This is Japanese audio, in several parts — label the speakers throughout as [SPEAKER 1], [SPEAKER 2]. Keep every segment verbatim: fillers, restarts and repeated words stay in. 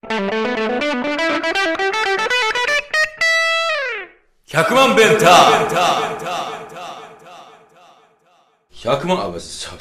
[SPEAKER 1] ひゃくまん弁ターひゃくまん、あ、ごめんなさい。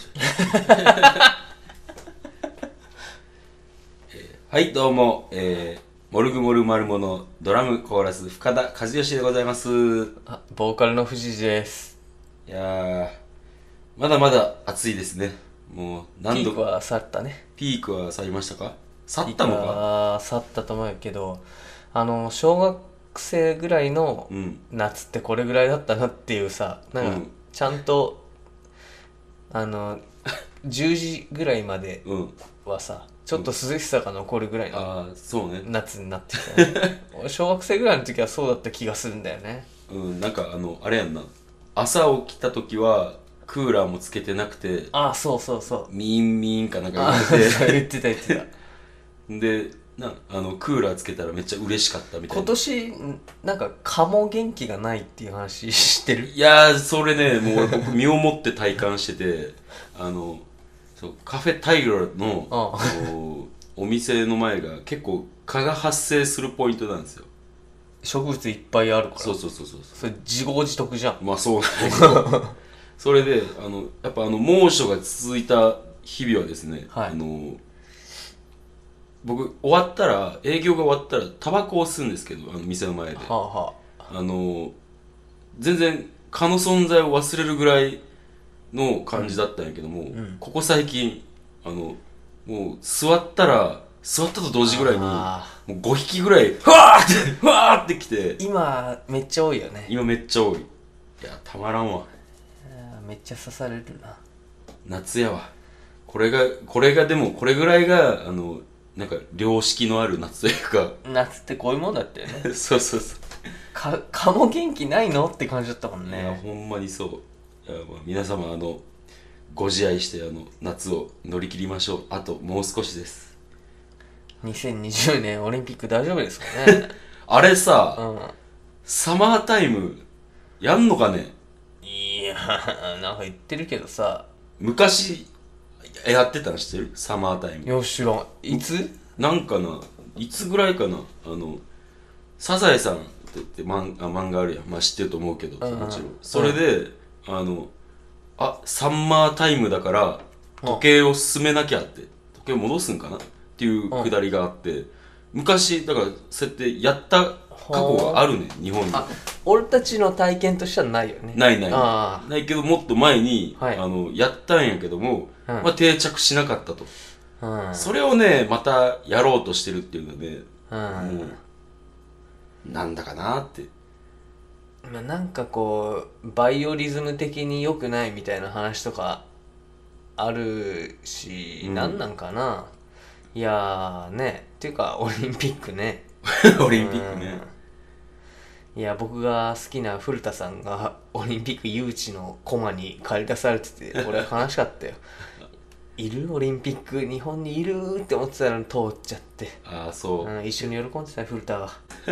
[SPEAKER 1] えーはい、どうも、えー、モルグモルマルモのドラムコーラス、深田和義でございます。
[SPEAKER 2] あ、ボーカルの藤井です。
[SPEAKER 1] いやー、まだまだ暑いですね。もう何度
[SPEAKER 2] ピークは去ったね。
[SPEAKER 1] ピークは去りましたか？去ったのか？
[SPEAKER 2] ああ、去ったと思うけど、あの、小学生ぐらいの夏ってこれぐらいだったなっていうさ、なんか、ちゃんと、あの、じゅうじぐらいまではさ、ちょっと涼しさが残るぐらいの夏になってきたね。俺小学生ぐらいの時はそうだった気がするんだよね。
[SPEAKER 1] うん、なんかあの、あれやんな。朝起きた時は、クーラーもつけてなくて、
[SPEAKER 2] ああ、そうそうそう。
[SPEAKER 1] ミンミンかなんか
[SPEAKER 2] 言
[SPEAKER 1] 言ってて、
[SPEAKER 2] 言ってた言ってた。
[SPEAKER 1] で、なあのクーラーつけたらめっちゃ嬉しかったみたいな。
[SPEAKER 2] 今年なんか蚊も元気がないっていう話知ってる？
[SPEAKER 1] いやー、それね、もう俺僕身をもって体感してて、あのそうカフェタイラの
[SPEAKER 2] ああ
[SPEAKER 1] おお店の前が結構蚊が発生するポイントなんですよ。
[SPEAKER 2] 植物いっぱいあるから。
[SPEAKER 1] そうそうそうそう。
[SPEAKER 2] それ自業自得じゃん。
[SPEAKER 1] まあそうなんだけどそれであのやっぱあの猛暑が続いた日々はですね、
[SPEAKER 2] はい、
[SPEAKER 1] あの僕終わったら営業が終わったらタバコを吸うんですけど、あの店の前で、
[SPEAKER 2] はあは
[SPEAKER 1] あ、あの全然蚊の存在を忘れるぐらいの感じだったんやけども、うん、ここ最近あのもう座ったら座ったと同時ぐらいにもうごひきぐらいふわーってふわーってきて、
[SPEAKER 2] 今めっちゃ多いよね。
[SPEAKER 1] 今めっちゃ多い。いやたまらんわ。
[SPEAKER 2] めっちゃ刺されるな。
[SPEAKER 1] 夏やわ。これがこれがでもこれぐらいがあのなんか良識のある夏というか、
[SPEAKER 2] 夏ってこういうもんだったよね
[SPEAKER 1] そうそうそう。
[SPEAKER 2] か蚊も元気ないのって感じだったもんね。
[SPEAKER 1] いやほんまにそう。いや、まあ、皆様あのご自愛してあの夏を乗り切りましょう。あともう少しです。
[SPEAKER 2] にせんにじゅうねんオリンピック大丈夫ですかね
[SPEAKER 1] あれさ、
[SPEAKER 2] うん、
[SPEAKER 1] サマータイムやんのかね。
[SPEAKER 2] いやーなんか言ってるけどさ、
[SPEAKER 1] 昔やってたの知ってる？サマータイム。
[SPEAKER 2] いや知らん。いつ
[SPEAKER 1] なんかないつぐらいかな。あのサザエさんって言って漫あ漫画あるやん。まあ知ってると思うけど、
[SPEAKER 2] うんうん、
[SPEAKER 1] もちろんそれで、うん、あのあサンマータイムだから時計を進めなきゃって、時計を戻すんかなっていうくだりがあって、うん、昔だからそうやってやった過去があるね、日本に。
[SPEAKER 2] あ、俺たちの体験としてはないよね。
[SPEAKER 1] ないない。
[SPEAKER 2] あ
[SPEAKER 1] ないけどもっと前に、
[SPEAKER 2] はい、あ
[SPEAKER 1] のやったんやけども、うん、まあ、定着しなかったと、うん、それをねまたやろうとしてるっていうので、うん、もうなんだかなって。
[SPEAKER 2] まあ、なんかこうバイオリズム的に良くないみたいな話とかあるし、うん、なんなんかな。いやーねっていうかオリンピックね
[SPEAKER 1] オリンピックね、
[SPEAKER 2] うん、いや僕が好きな古田さんがオリンピック誘致のコマに駆り出されてて俺は悲しかったよいるオリンピック日本にいるって思ってたのに通っちゃって。
[SPEAKER 1] ああそう、
[SPEAKER 2] うん、一緒に喜んでたよ古田が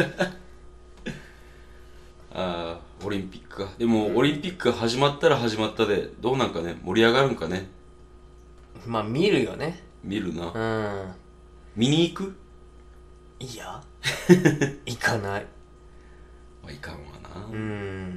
[SPEAKER 1] ああオリンピックか。でも、うん、オリンピック始まったら始まったでどうなんかね、盛り上がるんかね。
[SPEAKER 2] まあ見るよね。
[SPEAKER 1] 見るな。
[SPEAKER 2] うん。
[SPEAKER 1] 見に行く？
[SPEAKER 2] いや行かない。
[SPEAKER 1] まあ、いかんわな。
[SPEAKER 2] うん。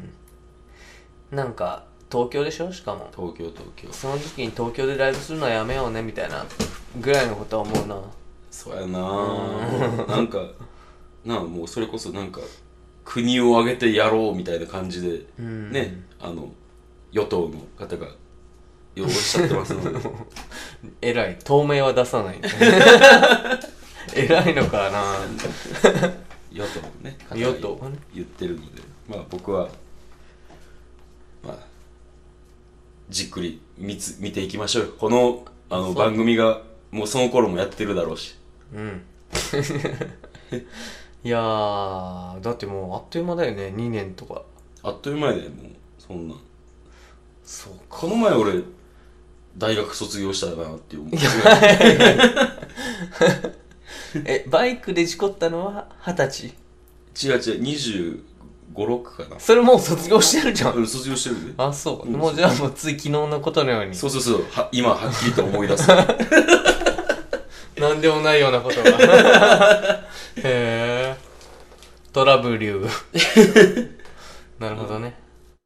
[SPEAKER 2] なんか東京でしょ、しかも
[SPEAKER 1] 東京東京。
[SPEAKER 2] その時に東京でライブするのはやめようねみたいなぐらいのことは思うな。
[SPEAKER 1] そうやな、うん、なんかなあもうそれこそなんか国を挙げてやろうみたいな感じで、うん、ね、あの与党の方がおっしゃってますので
[SPEAKER 2] えらい透明は出さないえらいのかな
[SPEAKER 1] 与党のね方が言ってるので、まあ僕はまあじっくり 見, つ見ていきましょうよ。このあの番組がもうその頃もやってるだろうし。うん
[SPEAKER 2] いやーだってもうあっという間だよね、にねんとか。
[SPEAKER 1] あっという間やで、もうそんな。
[SPEAKER 2] そうか。
[SPEAKER 1] この前俺大学卒業したなって思う
[SPEAKER 2] えバイクで事故ったのは二十
[SPEAKER 1] 歳？違う違う、にじゅうご、ろくかな。
[SPEAKER 2] それもう卒業してるじゃん。
[SPEAKER 1] うん、卒業してるで。
[SPEAKER 2] あ、そう、うん、もうじゃあもうつい昨日のことのように。
[SPEAKER 1] そうそうそう、は今はっきりと思い出す
[SPEAKER 2] なんでもないようなことがへえトラブリューなるほどね。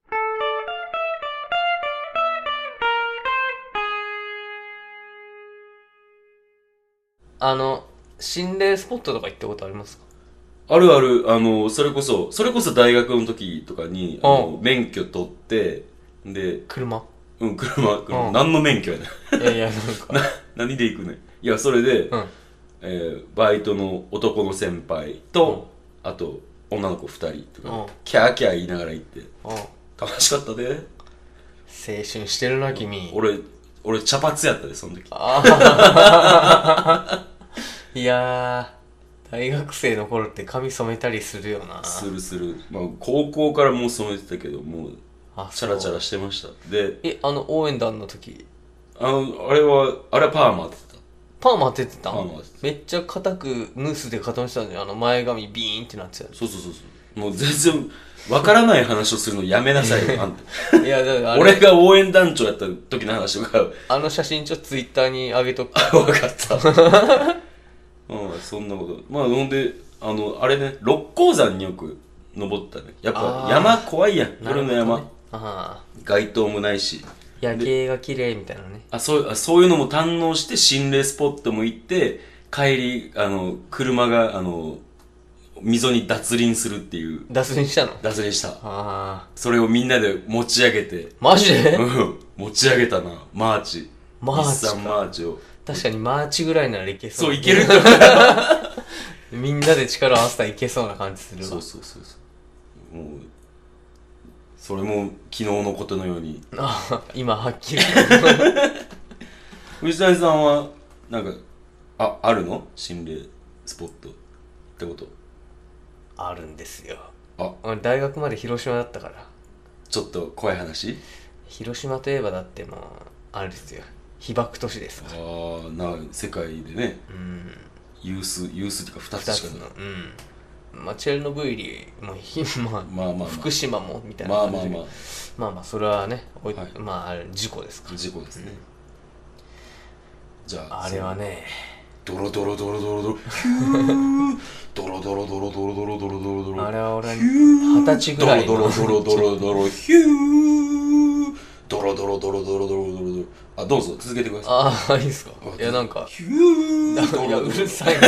[SPEAKER 2] あの心霊スポットとか行ったことありますか？
[SPEAKER 1] あるある。あのそれこそそれこそ大学の時とかにあの免許取ってで
[SPEAKER 2] 車
[SPEAKER 1] うん車車何の免許やね
[SPEAKER 2] ん。いやいやなんか
[SPEAKER 1] な何で行くねん。いやそれで、
[SPEAKER 2] うん
[SPEAKER 1] えー、バイトの男の先輩と、うん、あと女の子ふたりとか、うん、キャーキャー言いながら行って、うん、楽しかったで。
[SPEAKER 2] 青春してるな君。
[SPEAKER 1] 俺俺茶髪やったでその時。
[SPEAKER 2] あいやー大学生の頃って髪染めたりするよな。
[SPEAKER 1] するする。まあ高校からもう染めてたけどもうチャラチャラしてました。で
[SPEAKER 2] えあの応援団の時
[SPEAKER 1] あのあれはあれはパーマ当ててた。
[SPEAKER 2] パーマ当ててた。
[SPEAKER 1] パーマ当ててた。
[SPEAKER 2] めっちゃ硬くムースで固めてたんじゃん。あの前髪ビーンってなってた。
[SPEAKER 1] そうそうそうそう。もう全然わからない話をするのやめなさいよあんた。いやだから俺が応援団長やった時の話とか。
[SPEAKER 2] あの写真ちょっとツイッターに上げとく。
[SPEAKER 1] あわかった。うんそんなこと。まあほんであのあれね六甲山によく登ったね。やっぱ山怖いやん。夜の山。ね、あ街灯もないし。
[SPEAKER 2] 夜景が綺麗みたいなね。
[SPEAKER 1] あそうあそういうのも堪能して心霊スポットも行って帰りあの車があの溝に脱輪するっていう。
[SPEAKER 2] 脱輪したの？
[SPEAKER 1] 脱輪した。
[SPEAKER 2] あ
[SPEAKER 1] それをみんなで持ち上げて。
[SPEAKER 2] マジで？
[SPEAKER 1] うん持ち上げたな。マーチ
[SPEAKER 2] マーチ
[SPEAKER 1] 日産マーチを。
[SPEAKER 2] 確かにマーチぐらいならいけそう。
[SPEAKER 1] そういける
[SPEAKER 2] みんなで力を合わせたらいけそうな感じするわ。
[SPEAKER 1] そうそうそうそうもうそれも昨日のことのように。
[SPEAKER 2] あ今はっきり
[SPEAKER 1] 藤谷さんはなんかああるの心霊スポットってこと？
[SPEAKER 2] あるんですよ。
[SPEAKER 1] あ
[SPEAKER 2] 俺大学まで広島だったから。
[SPEAKER 1] ちょっと怖い話？
[SPEAKER 2] 広島といえばだってもうあれですよ被爆都市ですから。
[SPEAKER 1] ああな世界でね、
[SPEAKER 2] うん、
[SPEAKER 1] ユースユースっていうかふたつしかない。
[SPEAKER 2] うんまあチェルノブイリも、まあ、まあまあ、まあ、福島もみたいな感じでまあまあまあまあまあそれはね、はい、まああれ事故ですから
[SPEAKER 1] 事故ですね、うん、じゃあ
[SPEAKER 2] あれはね
[SPEAKER 1] ドロドロドロドロドロヒュードロドロドロドロドロドロドロドロ
[SPEAKER 2] あれは俺二十歳ぐらい
[SPEAKER 1] ドロドロドロドロドロヒュードロドロドロドロドロドロドロあどうぞ続けてください。
[SPEAKER 2] ああいいですか。いやなんか
[SPEAKER 1] ヒュー
[SPEAKER 2] いやうるさいな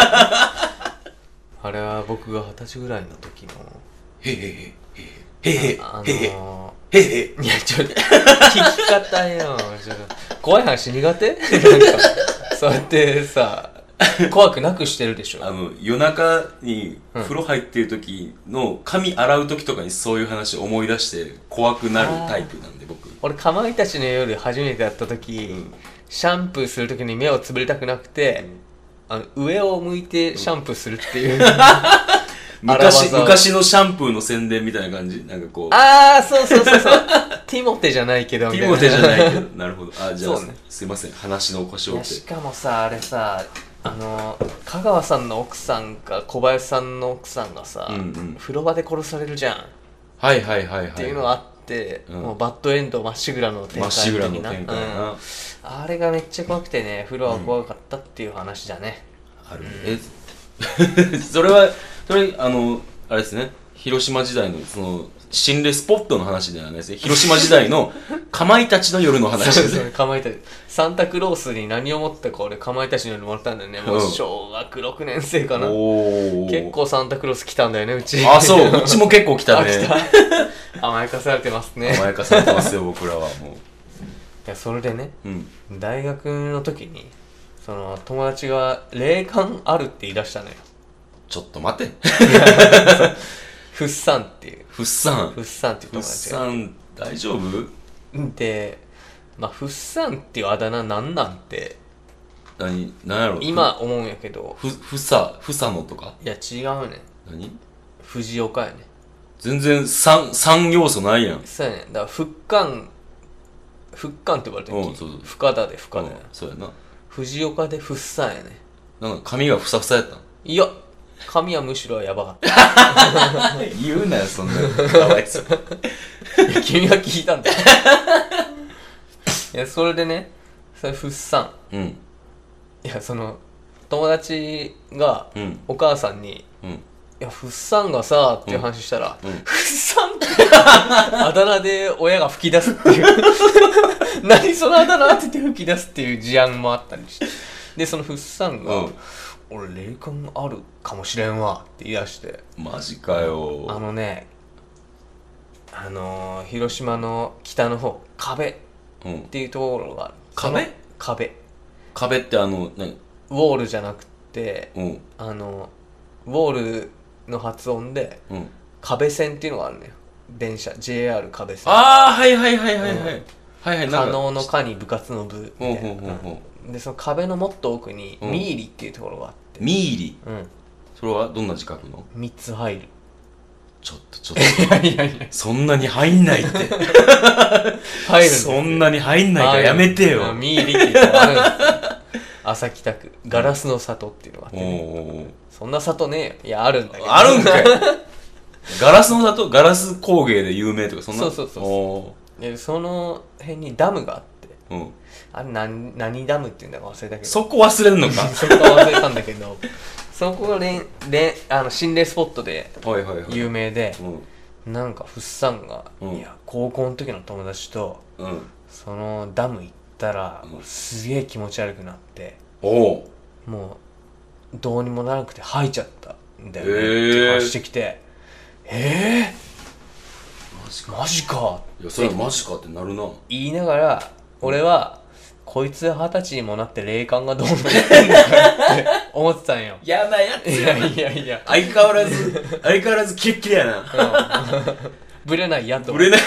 [SPEAKER 2] あれは僕が二十歳ぐらいの時の
[SPEAKER 1] へへへへへへ
[SPEAKER 2] あの
[SPEAKER 1] ー、へへへ
[SPEAKER 2] いやちょっと聞き方よちょっと怖い話苦手なんかそうやってさ怖くなくしてるでしょ。
[SPEAKER 1] あの夜中に風呂入ってる時の髪洗う時とかにそういう話思い出して怖くなるタイプなんで僕。
[SPEAKER 2] 俺かまいたちの夜初めてやった時、うん、シャンプーする時に目をつぶりたくなくて、うん、あの上を向いてシャンプーするっていう、うん、
[SPEAKER 1] 昔昔のシャンプーの宣伝みたいな感じなんかこう
[SPEAKER 2] ああそうそうそうそうティモテじゃないけどみたいな。
[SPEAKER 1] ティモテじゃないけどなるほど。あじゃあ、ね、すいません話の腰を折って。
[SPEAKER 2] しかもさあれさあの香川さんの奥さんか小林さんの奥さんがさ、うんうん、風呂場で殺されるじゃん。
[SPEAKER 1] はいはいはいはい、はい、って
[SPEAKER 2] いうのがあって、うん、もうバッドエンドまっしぐらの展開
[SPEAKER 1] まっしぐらの展開な、
[SPEAKER 2] うん、あれがめっちゃ怖くてね風呂は怖かったっていう話だね、
[SPEAKER 1] うん、ある、うん、えそれはそれあのあれですね広島時代のその心霊スポットの話ではないですね。広島時代のかまいたちの夜の話ですね。
[SPEAKER 2] そうそうかまいたちサンタクロースに何を持ったか俺かまいたちの夜もらったんだよね。もう小学ろくねん生かな、うん、結構サンタクロース来たんだよねうち。
[SPEAKER 1] あそううちも結構来たね。
[SPEAKER 2] 来た甘やかされてますね。
[SPEAKER 1] 甘やかされてますよ僕らはもう。い
[SPEAKER 2] やそれでね、うん、大学の時にその友達が霊感あるって言い出したのよ。
[SPEAKER 1] ちょっと待って
[SPEAKER 2] フッサンっていう
[SPEAKER 1] フッサン
[SPEAKER 2] フッサンっていう友達が
[SPEAKER 1] フッサン大丈夫
[SPEAKER 2] で、まあ、フッサンっていうあだ名なんなんて
[SPEAKER 1] 何何やろ
[SPEAKER 2] 今思うんやけど
[SPEAKER 1] ふふさふさのとか
[SPEAKER 2] いや違うね。
[SPEAKER 1] 何
[SPEAKER 2] 藤岡やね。
[SPEAKER 1] 全然三三要素ないやん。
[SPEAKER 2] そうやね。だから復刊復刊って呼ばれてる
[SPEAKER 1] んそうそう
[SPEAKER 2] 深田で深田や、うん、
[SPEAKER 1] そうやな。
[SPEAKER 2] 藤岡でフッサンやね。
[SPEAKER 1] なんか髪がふさふさやったん。
[SPEAKER 2] いや髪はむしろやばかった
[SPEAKER 1] 言うなよそんなのかわいそう
[SPEAKER 2] いや君が聞いたんだよいやそれでねそれフッサン、うん、いやその友達がお母さんに、うん、いやフッサンがさっていう話したら、うんうん、フッサンってあだ名で親が吹き出すっていう何そのあだ名って言って吹き出すっていう事案もあったりして、でそのフッサンが、うん、俺霊感あるかもしれんわって言い出して、
[SPEAKER 1] マジかよ。
[SPEAKER 2] あのねあのー、広島の北の方壁っていうところがある、うん、
[SPEAKER 1] 壁
[SPEAKER 2] 壁
[SPEAKER 1] 壁ってあの何
[SPEAKER 2] ウォールじゃなくて、
[SPEAKER 1] うん、
[SPEAKER 2] あのウォールの発音で、うん、壁線っていうのがあるのよ、電車 ジェイアール 壁線。
[SPEAKER 1] ああはいはいはいはいはい、うん、はいはい、
[SPEAKER 2] 可能の可に部活の部みたいな、
[SPEAKER 1] ほうほうほうほ
[SPEAKER 2] うでその壁のもっと奥に、うん、ミーリっていうところがあって。
[SPEAKER 1] ミーリ、
[SPEAKER 2] うん、
[SPEAKER 1] それはどんな字書くの？
[SPEAKER 2] みっつ入る。
[SPEAKER 1] ちょっとちょっといやいやいやそんなに入んないって
[SPEAKER 2] 入るん
[SPEAKER 1] そんなに入んないからやめてよ。
[SPEAKER 2] ミーリっていうのがあるんですよ朝北区ガラスの里っていうのがあって、ね、そんな里ねえよ。いやあるんだけど。
[SPEAKER 1] あるんかいガラスの里、ガラス工芸で有名とかそんな。
[SPEAKER 2] そうそうそうそうでその辺にダムがあって、うん、あれ何何ダムっていうんだか忘れたけど、
[SPEAKER 1] そこ忘れんのか
[SPEAKER 2] そこは忘れたんだけどそこがれんれんあの心霊スポットで有名で、はいはいはい、なんかフッサンが、うん、いや高校の時の友達と、うん、そのダム行ったら、うん、すげえ気持ち悪くなって、
[SPEAKER 1] お
[SPEAKER 2] もうどうにもならなくて吐いちゃったんだよねって話してきて、えー、マジかマジか
[SPEAKER 1] いやそれはマジかってなるな
[SPEAKER 2] 言いながら、俺はこいつ二十歳にもなって霊感がどうなってんだかって思ってたんよ。
[SPEAKER 1] 嫌なやつ
[SPEAKER 2] や。いやいやいや。
[SPEAKER 1] 相変わらず、相変わらずキレッキレやな。うん、
[SPEAKER 2] ブレないやと。
[SPEAKER 1] ブレない。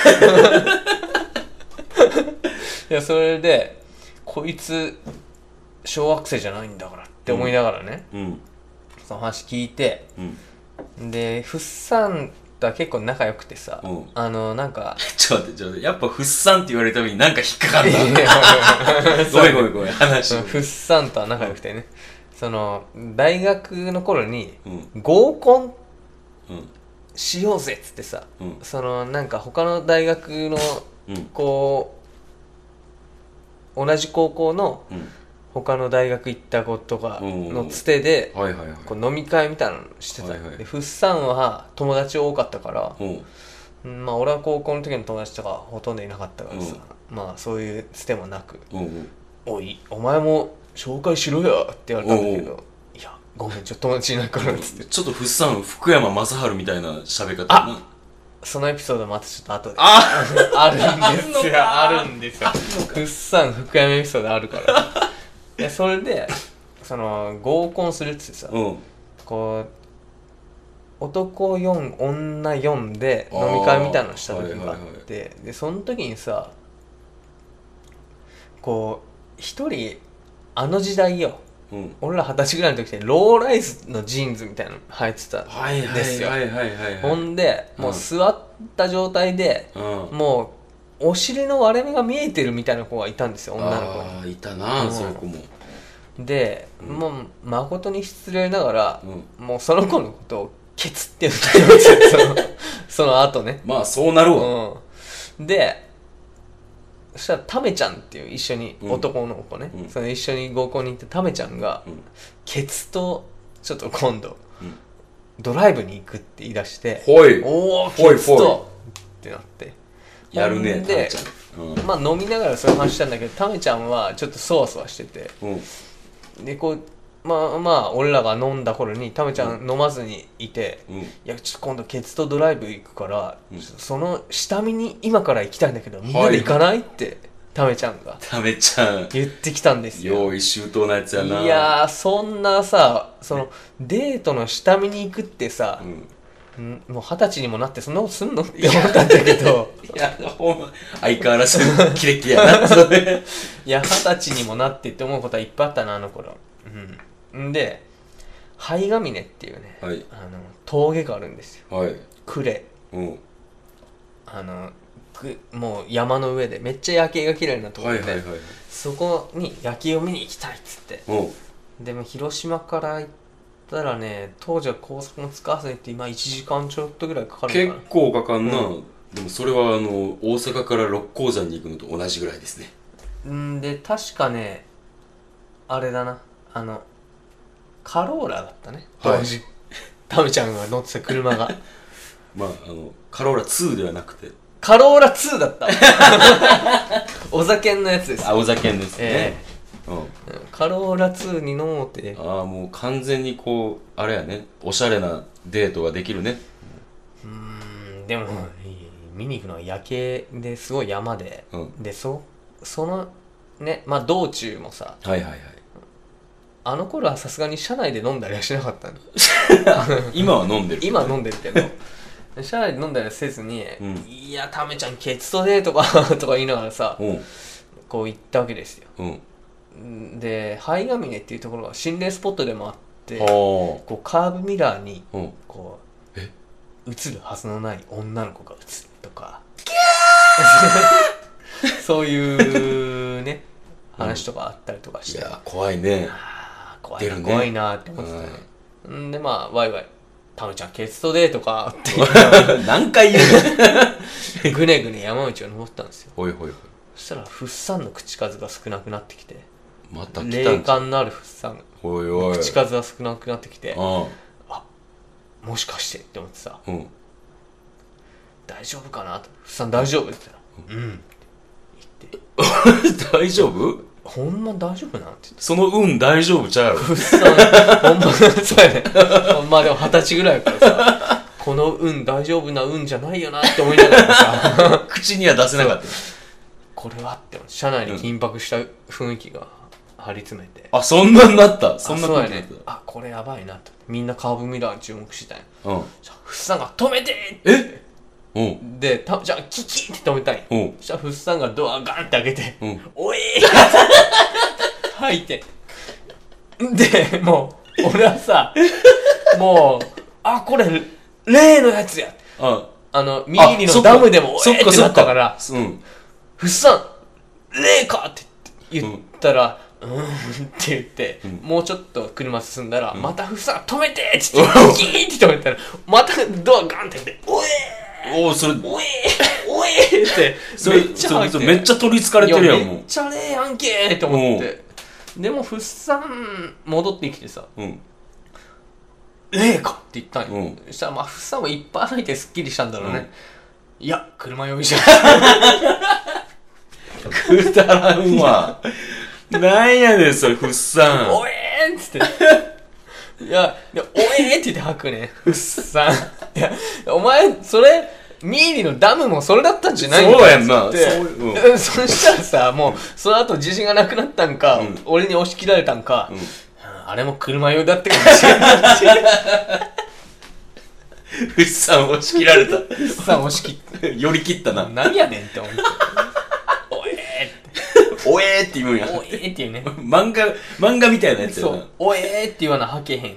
[SPEAKER 2] いや、それで、こいつ、小学生じゃないんだからって思いながらね、うん、その話聞いて、うん、で、フッサンとは結構仲良くてさ、うん、あの、なんか、
[SPEAKER 1] ちょっと待って、ちょっと待って、やっぱフッサンって言われるためになんか引っかかるな。ごめんごめんごめん、話。
[SPEAKER 2] フッサンとは仲良くてね、その、大学の頃に、合コンしようぜっつってさ、うん、その、なんか他の大学の、こう、同じ高校の、うん他の大学行った子とかのつてで飲み会みたいなのしてた、はいはい、でフッサンは友達多かったから、まあ俺は高校の時の友達とかほとんどいなかったからさ、まあそういうつてもなく、おいお前も紹介しろよって言われたんだけど、いやごめんちょっと友達いないからっつって
[SPEAKER 1] ちょっとフッサン福山雅治みたいな喋り方だな。
[SPEAKER 2] そのエピソードまたちょっと後でああるんですよあるんですよフッサン福山エピソードあるからでそれでその合コンするっつってさ、うん、こう男よん女よんで飲み会みたいなのした時があって、はいはいはい、でその時にさこう一人あの時代よ、うん、俺ら二十歳ぐらいの時ってローライズのジーンズみたいなの履いてたんですよ。ほんで、うん、もう座った状態で、うん、もうお尻の割れ目が見えてるみたいな子がいたんですよ、女の子に。
[SPEAKER 1] ああいたな、うん、そういう子も。
[SPEAKER 2] で、うん、もう誠に失礼ながら、うん、もうその子のことをケツって言ってたんですよそのその後ね。
[SPEAKER 1] まあそうなるわ、
[SPEAKER 2] うん、でそしたらタメちゃんっていう一緒に、うん、男の子ね、うん、その一緒に合コンに行ってタメちゃんが、うん、ケツとちょっと今度、うん、ドライブに行くって言い出して、
[SPEAKER 1] ほい
[SPEAKER 2] おおケツとってなって
[SPEAKER 1] やるね
[SPEAKER 2] で、うん、まあ飲みながらそういう話したんだけどタメちゃんはちょっとそわそわしてて、うん、でこうまあまあ俺らが飲んだ頃にタメちゃん飲まずにいて、うん、いやちょっと今度ケツとドライブ行くから、うん、その下見に今から行きたいんだけどみんなで行かない、はい、ってタメちゃんが
[SPEAKER 1] タメちゃん
[SPEAKER 2] 言ってきたんですよ。
[SPEAKER 1] 用意周到なやつやな。
[SPEAKER 2] いやーそんなさそのデートの下見に行くってさ、うん、もう二十歳にもなってそんなことすんのって思ったんだけど
[SPEAKER 1] いやほんま相変わらずキレッキレやなそれ
[SPEAKER 2] いや二十歳にもなってって思うことはいっぱいあったなあの頃。うんで灰ヶ峰っていうね、はい、あの峠があるんですよ、はい、呉、うん、あのもう山の上でめっちゃ夜景が綺麗なところで、はいはいはい、そこに夜景を見に行きたいっつって、うん、でも広島から行ったらね当時は高速も使わずにって今いちじかんちょっとぐらいかかるのかな。
[SPEAKER 1] 結構かかんな、うん、でもそれはあの大阪から六甲山に行くのと同じぐらいですね。
[SPEAKER 2] んで確かねあれだなあのカローラだったね、
[SPEAKER 1] はい
[SPEAKER 2] 当時タメちゃんが乗ってた車が
[SPEAKER 1] まああのカローラツーではなくて
[SPEAKER 2] カローラツーだったお酒のやつです。
[SPEAKER 1] あ、お酒ですね、え
[SPEAKER 2] ーうん、カローラツーに乗って、
[SPEAKER 1] ああもう完全にこうあれやね、おしゃれなデートができるね。
[SPEAKER 2] うーんでも見に行くのは夜景ですごい山で、うん、でそそのねまあ道中もさ、
[SPEAKER 1] はいはいはい、
[SPEAKER 2] あの頃はさすがに車内で飲んだりはしなかったん
[SPEAKER 1] 今は飲んでる、
[SPEAKER 2] 今は飲んでるけど車内で飲んだりはせずに、うん、いやタメちゃんケツとデートかとか言いながらさ、うん、こう行ったわけですよ、うん、で灰ヶ峰っていうところが心霊スポットでもあって、こうカーブミラーにこう、うん、映るはずのない女の子が映るとかそういうね話とかあったりとかして、
[SPEAKER 1] いや怖いね、
[SPEAKER 2] 怖いな、ね、怖いなって思ってたね、うん、んでまあワイワイタメちゃんケツとデートかって
[SPEAKER 1] 何回言う
[SPEAKER 2] のぐねぐね山道を登ったんですよ。
[SPEAKER 1] ほいほいほい。
[SPEAKER 2] そしたらフッサンの口数が少なくなってきて、
[SPEAKER 1] また来た
[SPEAKER 2] 霊感のあるフッサン
[SPEAKER 1] おいおい
[SPEAKER 2] 口数が少なくなってきて、
[SPEAKER 1] あ
[SPEAKER 2] あもしかしてって思ってさ、
[SPEAKER 1] うん、
[SPEAKER 2] 大丈夫かなと、フッサン大丈夫って言ったら、うん、うん、
[SPEAKER 1] って言って大丈夫
[SPEAKER 2] ほんま大丈夫なんって言って、
[SPEAKER 1] その運大丈夫ちゃう
[SPEAKER 2] フッサンほんまそうやねまあでも二十歳ぐらいからさこの運大丈夫な運じゃないよなって思いながらさ
[SPEAKER 1] 口には出せなかった。
[SPEAKER 2] これはって車内に緊迫した雰囲気が張り詰めて、
[SPEAKER 1] うん、あそんなになった、そんな
[SPEAKER 2] そうやね、あこれやばいなと、みんなカーブミラーに注目してたんや、
[SPEAKER 1] うん、
[SPEAKER 2] フッサンが止めて
[SPEAKER 1] えうん、
[SPEAKER 2] でたじゃあキキって止めたんや、うん、そしたらフッサンがドアガンって開けて、うん、おえー吐いて、でもう俺はさもうあこれ例のやつや、ああのミーリのダムでもおえーってなったから、うん、フッサン例かって言ったら、うん、うんって言って、うん、もうちょっと車進んだら、うん、またフッサン止めてって言ってギーって止めたらまたドアガンって開けておえー
[SPEAKER 1] おーそれ
[SPEAKER 2] おえーおえーって
[SPEAKER 1] それめっちゃ入ってめっちゃ取りつかれてるやん、もう
[SPEAKER 2] めっちゃ例やんけーって思って、でもフッサン戻ってきてさ、うん、例かって言ったんよ、うん、そしたらまあフッサンもいっぱい入ってすっきりしたんだろうね、うん、いや車呼びじゃ
[SPEAKER 1] くだらんわなんやねんそれフッサン
[SPEAKER 2] おえーっつっていやおえーって言って吐くねフッサンいやお前それミーリのダムもそれだったんじゃないんか
[SPEAKER 1] そうやんなそう、
[SPEAKER 2] うん、そしたらさもうその後自信がなくなったんか、うん、俺に押し切られたんか、うん、あれも車用だってかもしれない
[SPEAKER 1] フッサン押し切られたフ
[SPEAKER 2] ッサン押し切った
[SPEAKER 1] 寄り切ったな、
[SPEAKER 2] 何やねんって思っておえ
[SPEAKER 1] ーっておえーって言うんや
[SPEAKER 2] おえーって言うね
[SPEAKER 1] 漫画漫画みたいなやつやな、そう
[SPEAKER 2] おえーって言わな吐けへん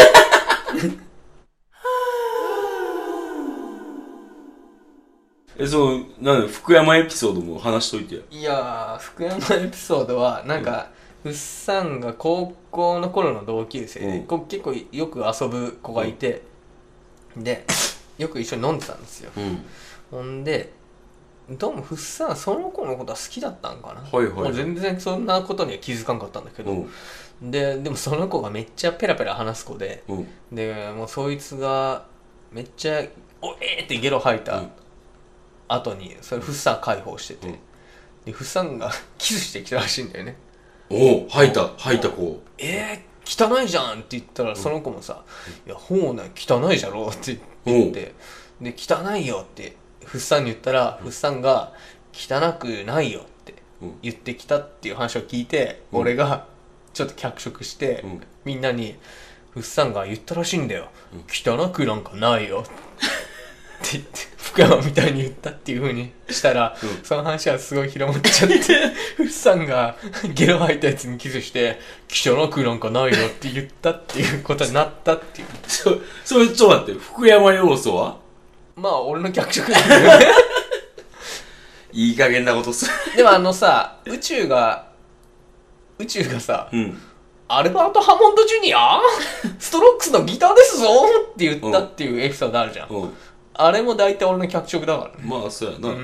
[SPEAKER 1] え、そう、なんだ福山エピソードも話しといてや。
[SPEAKER 2] いやー、福山エピソードは、なんか、うっさんが高校の頃の同級生で、うん、こ結構よく遊ぶ子がいて、うん、で、よく一緒に飲んでたんですよ。うん、ほんで、どうもふっさんはその子のことは好きだったんかな。はいはいはい、もう全然そんなことには気づかんかったんだけど、うん、で、でもその子がめっちゃペラペラ話す子で、うん、で、もうそいつがめっちゃ、おえーってゲロ吐いた、うん後にそれフッサン解放してて、うん、でフッサンがキスしてきたらしいんだよね。
[SPEAKER 1] おお吐いた吐いた子
[SPEAKER 2] えー、汚いじゃんって言ったらその子もさ、うん、いやほうなん汚いじゃろって言ってで汚いよってフッサンに言ったら、うん、フッサンが汚くないよって言ってきたっていう話を聞いて、うん、俺がちょっと脚色して、うん、みんなにフッサンが言ったらしいんだよ、うん、汚くなんかないよって言って福山みたいに言ったっていう風にしたら、うん、その話はすごい広まっちゃってフッサンがゲロ吐いたやつにキスして汚くなんかないよって言ったっていうことになったっていう
[SPEAKER 1] そそれちょっと待って福山要素は
[SPEAKER 2] まあ俺の脚色だけどね
[SPEAKER 1] いい加減なことす
[SPEAKER 2] るでもあのさ宇宙が宇宙がさ、うん、アルバート・ハモンド・ジュニアストロックスのギターですぞって言ったっていうエピソードあるじゃん、うんうんあれも大体俺の脚色だからね。
[SPEAKER 1] まあそうやな、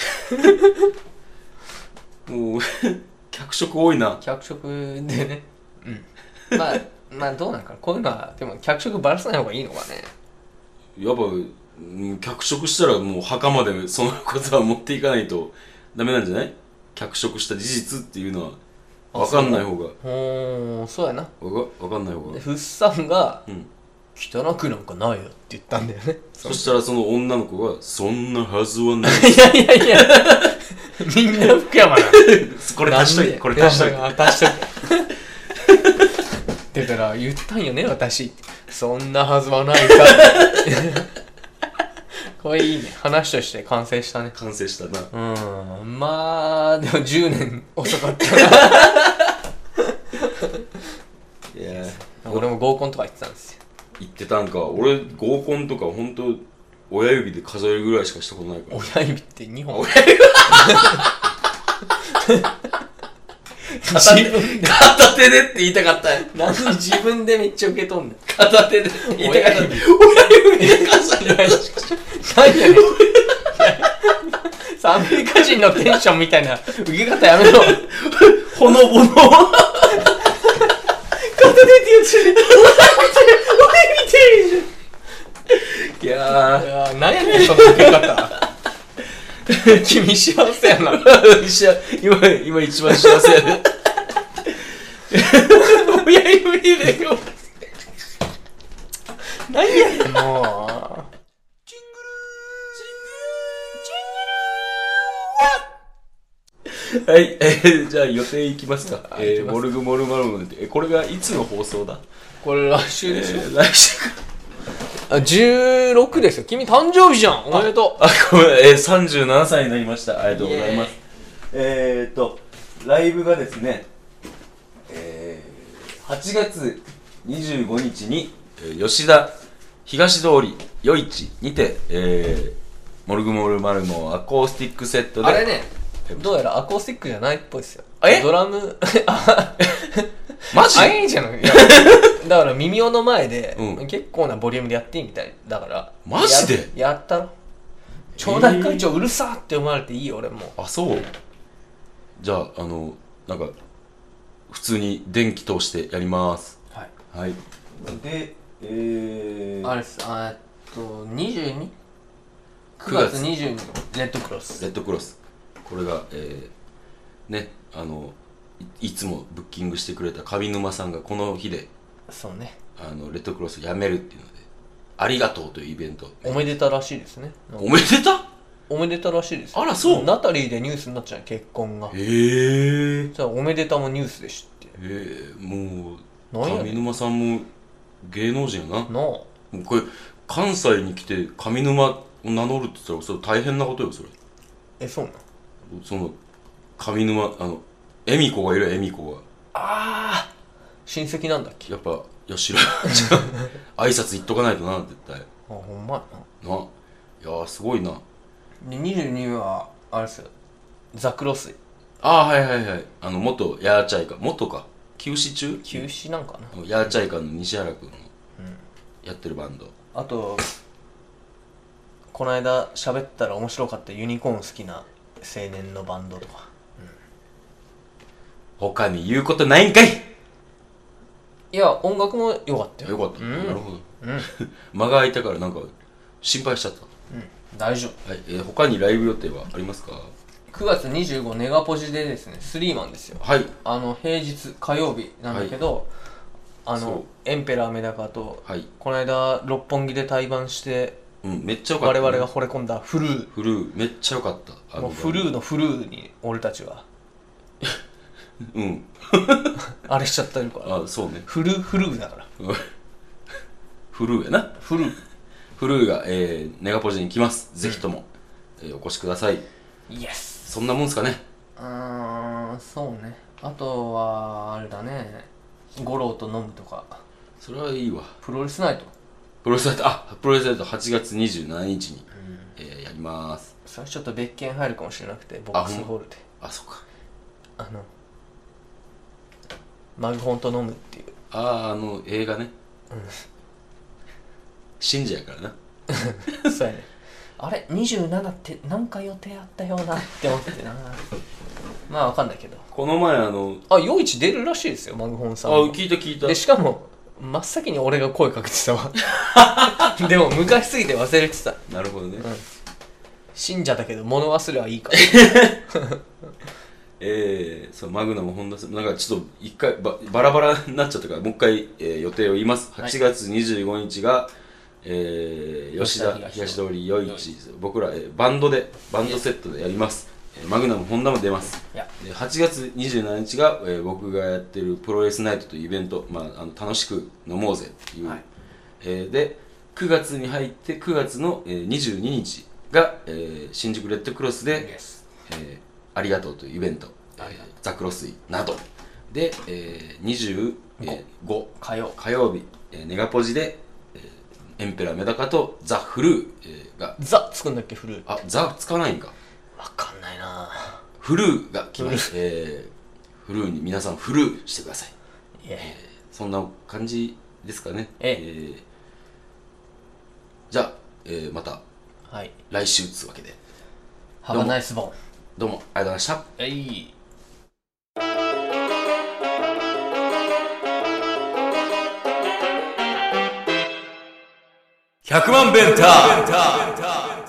[SPEAKER 1] うん、もう脚色多いな
[SPEAKER 2] 脚色でねうんまあまあどうなんかな、こういうのはでも脚色ばらさない方がいいのかね。
[SPEAKER 1] やっぱ脚色したらもう墓までそのことは持っていかないとダメなんじゃない？脚色した事実っていうのは分かんない方が。
[SPEAKER 2] ほー、そうやな。
[SPEAKER 1] わか分かんない方が。
[SPEAKER 2] でフッサンが、
[SPEAKER 1] うん、
[SPEAKER 2] 汚くなんかないよって言ったんだよね。
[SPEAKER 1] そしたらその女の子がそんなはずはない
[SPEAKER 2] いやいやいやみんな福山だ
[SPEAKER 1] これ足しといてこれ足しといて
[SPEAKER 2] 足しといてだから言ったんよね私、そんなはずはないさこれいいね、話として完成したね。
[SPEAKER 1] 完成したな。
[SPEAKER 2] うん、まあでもじゅうねん遅かったな。いや俺も合コンとか言ってたんですよ。
[SPEAKER 1] 言ってたんか。俺合コンとか本当親指で数えるぐらいしかしたことないから。
[SPEAKER 2] 親指ってにほん。親指
[SPEAKER 1] 片手片手でって言いたかったよ。
[SPEAKER 2] なんで自分でめっちゃ受け取んの。
[SPEAKER 1] 片手で言いたかった。親指で数えるぐらいしかした。
[SPEAKER 2] 何やねんアメリカ人のテンションみたいな受け方やめろ。
[SPEAKER 1] ほのぼの片手って言ってる。いやー、
[SPEAKER 2] いやー何やねんその受け方。君幸せやな。
[SPEAKER 1] 今今一番幸せやで。親指でよ。
[SPEAKER 2] 何やねんもう。
[SPEAKER 1] はい、えー、じゃあ予定いきますか。えー、モルグモルマルモルって、え、これがいつの放送だ？
[SPEAKER 2] これ来週でしょ、え
[SPEAKER 1] ー、来週か。
[SPEAKER 2] あ、じゅうろくですよ。君誕生日じゃん。おめでとう。
[SPEAKER 1] あ、ごめん、えー、さんじゅうななさいになりました。ありがとうございます。えーっと、ライブがですね、えー、はちがつにじゅうごにちに、えー、吉田東通り夜市にて、えー、モルグモルマルモアコースティックセットで、
[SPEAKER 2] あれね、どうやらアコースティックじゃないっぽいですよ。
[SPEAKER 1] え
[SPEAKER 2] ドラムあ
[SPEAKER 1] マジ？
[SPEAKER 2] あいいじゃない。だから耳用の前で、うん、結構なボリュームでやっていいみたいだから。
[SPEAKER 1] マジで
[SPEAKER 2] や, やったろ。町内会長うるさって思われていいよ俺も。
[SPEAKER 1] あ、そう。じゃああのなんか普通に電気通してやります。
[SPEAKER 2] はい
[SPEAKER 1] はい。で、えー、
[SPEAKER 2] あれっす、あっとにじゅうに？ くがつにじゅうにレッドクロス。
[SPEAKER 1] レッドクロス。これが、えー、ね、あの い, いつもブッキングしてくれた上沼さんがこの日で、
[SPEAKER 2] そうね、
[SPEAKER 1] あのレッドクロスをやめるっていうので、ありがとうというイベント。
[SPEAKER 2] おめでたらしいですね。
[SPEAKER 1] おめでた？
[SPEAKER 2] おめでたらしいです。
[SPEAKER 1] あら、そう。
[SPEAKER 2] ナタリーでニュースになっちゃう、結婚が。
[SPEAKER 1] へえ。
[SPEAKER 2] じゃあおめでたもニュースで知って。
[SPEAKER 1] へえ、もう
[SPEAKER 2] 上
[SPEAKER 1] 沼さんも芸能人やな。
[SPEAKER 2] なあ。
[SPEAKER 1] これ関西に来て上沼を名乗るって言ったらそれ大変なことよそれ。
[SPEAKER 2] え、そうなの？
[SPEAKER 1] その上沼、あの恵美子がいる。恵美子が、
[SPEAKER 2] ああ親戚なんだっけ。
[SPEAKER 1] やっぱ、いや知らん挨拶言っとかないとな絶対。あ、
[SPEAKER 2] ほんまや
[SPEAKER 1] な。ないやーすごいな。
[SPEAKER 2] でにじゅうにはあれですよ、ザクロス。
[SPEAKER 1] ああ、はいはいはい。あの元ヤーチャイカ、元か休止中
[SPEAKER 2] 休止なんかな。
[SPEAKER 1] ヤーチャイカの西原君の
[SPEAKER 2] うん、
[SPEAKER 1] やってるバンド。
[SPEAKER 2] あとこの間喋ったら面白かったユニコーン好きな青年のバンドとか、うん、
[SPEAKER 1] 他に言うことないんかい。
[SPEAKER 2] いや音楽も良かったよ。
[SPEAKER 1] よかった、
[SPEAKER 2] うん、
[SPEAKER 1] なるほど、
[SPEAKER 2] うん、
[SPEAKER 1] 間が空いたからなんか心配しちゃった。
[SPEAKER 2] うん、大丈夫。
[SPEAKER 1] はい、えー、他にライブ予定はありますか？
[SPEAKER 2] くがつにじゅうごネガポジでですね、スリーマンですよ。
[SPEAKER 1] はい。
[SPEAKER 2] あの平日火曜日なんだけど、はい、あのエンペラーメダカと、はい、この間六本木で対バンして、
[SPEAKER 1] うん、めっちゃよかった、ね、
[SPEAKER 2] 我々が惚れ込んだフルー
[SPEAKER 1] フルーめっちゃよかった。
[SPEAKER 2] あのフルーのフルーに俺たちは
[SPEAKER 1] うん
[SPEAKER 2] あれしちゃったるから。
[SPEAKER 1] あ、そうね、
[SPEAKER 2] フルーフルーだから
[SPEAKER 1] フルーやな。
[SPEAKER 2] フルー
[SPEAKER 1] フルーが、えー、ネガポジに来ます。ぜひとも、うん、えー、お越しください。
[SPEAKER 2] イエス。
[SPEAKER 1] そんなもんすかね。
[SPEAKER 2] うーん、そうね。あとはあれだね、五郎と飲むとか。
[SPEAKER 1] それはいいわ。
[SPEAKER 2] プロレスナイト
[SPEAKER 1] プロレスナイト、あ、プロレスナイトはちがつにじゅうしちにちに、うん、えー、やります。
[SPEAKER 2] それちょっと別件入るかもしれなくて、ボックスホールで。
[SPEAKER 1] あ、そっか。
[SPEAKER 2] あのマグホンと飲むっていう。
[SPEAKER 1] ああ、あの映画ね。
[SPEAKER 2] うん、
[SPEAKER 1] 信者やからな
[SPEAKER 2] そうやね。あれにじゅうななってなんか予定あったようなって思ってなまあわかんないけど。
[SPEAKER 1] この前あの
[SPEAKER 2] あ、夜市出るらしいですよ、マグホンさん。
[SPEAKER 1] あ、聞いた聞いた。
[SPEAKER 2] で、しかも、真っ先に俺が声かけてたわ。でも昔すぎて忘れてた。
[SPEAKER 1] なるほどね。うん、
[SPEAKER 2] 信者だけど物忘れはいいから。
[SPEAKER 1] えー、そう、マグナムホンダ、なんかちょっと一回バ、バラバラになっちゃったから、もう一回、えー、予定を言います。はちがつにじゅうごにちが、はい、えー、吉田東通り夜市、僕ら、えー、バンドで、バンドセットでやります。えー、マグナムホンダも出ます。ではちがつにじゅうしちにちが、えー、僕がやってるプロレスナイトというイベント、まあ、あの楽しく飲もうぜっていう、はい、えー、で、くがつに入ってくがつの、えー、にじゅうににちが、えー、新宿レッドクロスで、えーありがとうというイベント、えー、ザ・クロスイなどで、えー、にじゅうご火曜火曜日、えー、ネガポジで、えー、エンペラメダカとザ・フルー、えー、が
[SPEAKER 2] ザつくんだっけフルー
[SPEAKER 1] あザつかないんか
[SPEAKER 2] わかんないな
[SPEAKER 1] フルーが来ます、えー、フルーに皆さんフルーしてください、えー、そんな感じですかねええー、じゃあ、えー、また、はい、来週つうわけで
[SPEAKER 2] ハバナイスボン
[SPEAKER 1] どうもありがとうございました。
[SPEAKER 2] えい。
[SPEAKER 1] ひゃくまん弁ター